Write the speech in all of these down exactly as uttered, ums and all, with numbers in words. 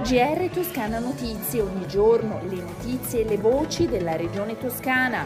G R Toscana Notizie, ogni giorno le notizie e le voci della regione toscana.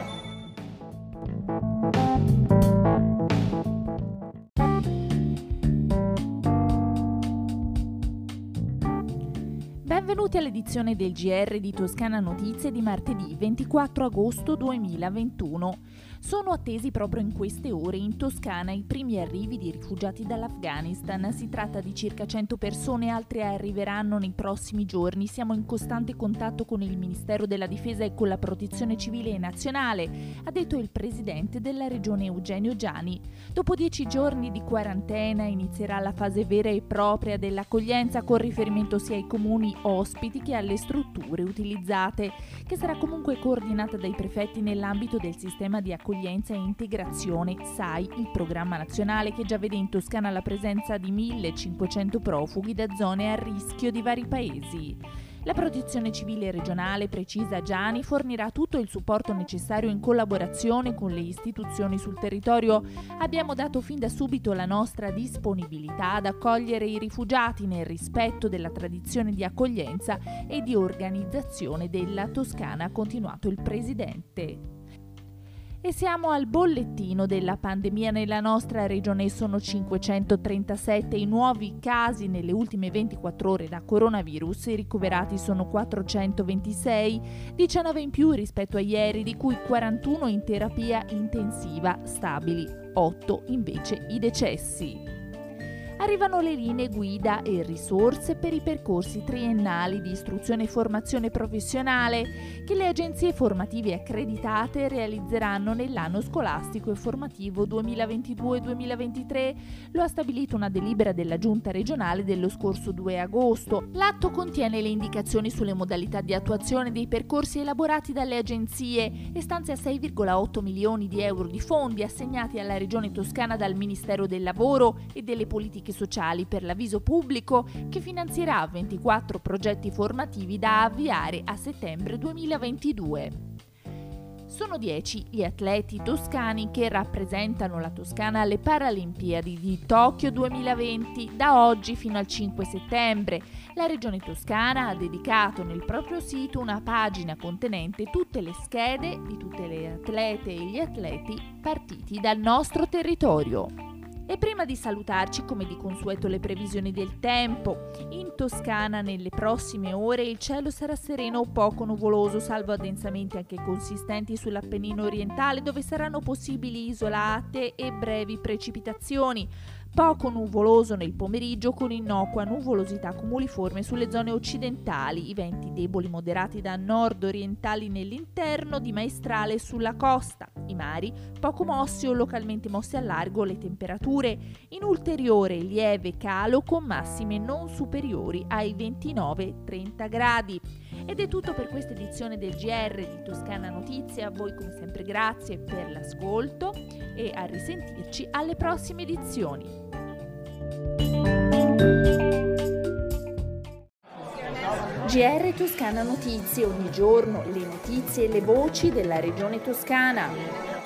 Benvenuti all'edizione del G R di Toscana Notizie di martedì ventiquattro agosto duemilaventuno. Sono attesi proprio in queste ore in Toscana i primi arrivi di rifugiati dall'Afghanistan. Si tratta di circa cento persone, altre arriveranno nei prossimi giorni. Siamo in costante contatto con il Ministero della Difesa e con la Protezione Civile Nazionale, ha detto il presidente della regione Eugenio Giani. Dopo dieci giorni di quarantena inizierà la fase vera e propria dell'accoglienza con riferimento sia ai comuni ospiti che alle strutture utilizzate, che sarà comunque coordinata dai prefetti nell'ambito del sistema di accoglienza e integrazione S A I, il programma nazionale che già vede in Toscana la presenza di millecinquecento profughi da zone a rischio di vari paesi. La Protezione Civile regionale, precisa Giani, fornirà tutto il supporto necessario in collaborazione con le istituzioni sul territorio. Abbiamo dato fin da subito la nostra disponibilità ad accogliere i rifugiati nel rispetto della tradizione di accoglienza e di organizzazione della Toscana, ha continuato il presidente. E siamo al bollettino della pandemia nella nostra regione. Sono cinquecentotrentasette i nuovi casi nelle ultime ventiquattro ore da coronavirus. I ricoverati sono quattrocentoventisei, diciannove in più rispetto a ieri, di cui quarantuno in terapia intensiva stabili, otto invece i decessi. Arrivano le linee guida e risorse per i percorsi triennali di istruzione e formazione professionale che le agenzie formative accreditate realizzeranno nell'anno scolastico e formativo duemilaventidue duemilaventitré. Lo ha stabilito una delibera della Giunta regionale dello scorso due agosto. L'atto contiene le indicazioni sulle modalità di attuazione dei percorsi elaborati dalle agenzie e stanzia sei virgola otto milioni di euro di fondi assegnati alla regione toscana dal Ministero del Lavoro e delle Politiche Sociali per l'avviso pubblico, che finanzierà ventiquattro progetti formativi da avviare a settembre duemilaventidue. Sono dieci gli atleti toscani che rappresentano la Toscana alle Paralimpiadi di Tokyo duemilaventi da oggi fino al cinque settembre. La Regione Toscana ha dedicato nel proprio sito una pagina contenente tutte le schede di tutte le atlete e gli atleti partiti dal nostro territorio. E prima di salutarci, come di consueto, le previsioni del tempo. In Toscana nelle prossime ore il cielo sarà sereno o poco nuvoloso, salvo addensamenti anche consistenti sull'Appennino orientale, dove saranno possibili isolate e brevi precipitazioni. Poco nuvoloso nel pomeriggio con innocua nuvolosità cumuliforme sulle zone occidentali, i venti deboli moderati da nord-orientali nell'interno, di maestrale sulla costa. I mari poco mossi o localmente mossi al largo, le temperature in ulteriore lieve calo con massime non superiori ai ventinove trenta gradi. Ed è tutto per questa edizione del G R di Toscana Notizie. A voi come sempre grazie per l'ascolto e a risentirci alle prossime edizioni. G R Toscana Notizie, ogni giorno le notizie e le voci della regione toscana.